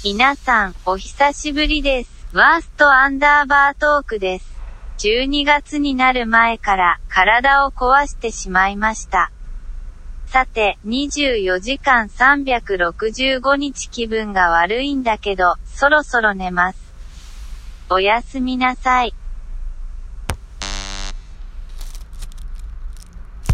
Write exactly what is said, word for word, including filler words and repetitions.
皆さん、お久しぶりです。ワーストアンダーバートークです。じゅうにがつになる前から体を壊してしまいました。さて、にじゅうよじかんさんびゃくろくじゅうごにち気分が悪いんだけど、そろそろ寝ます。おやすみなさい。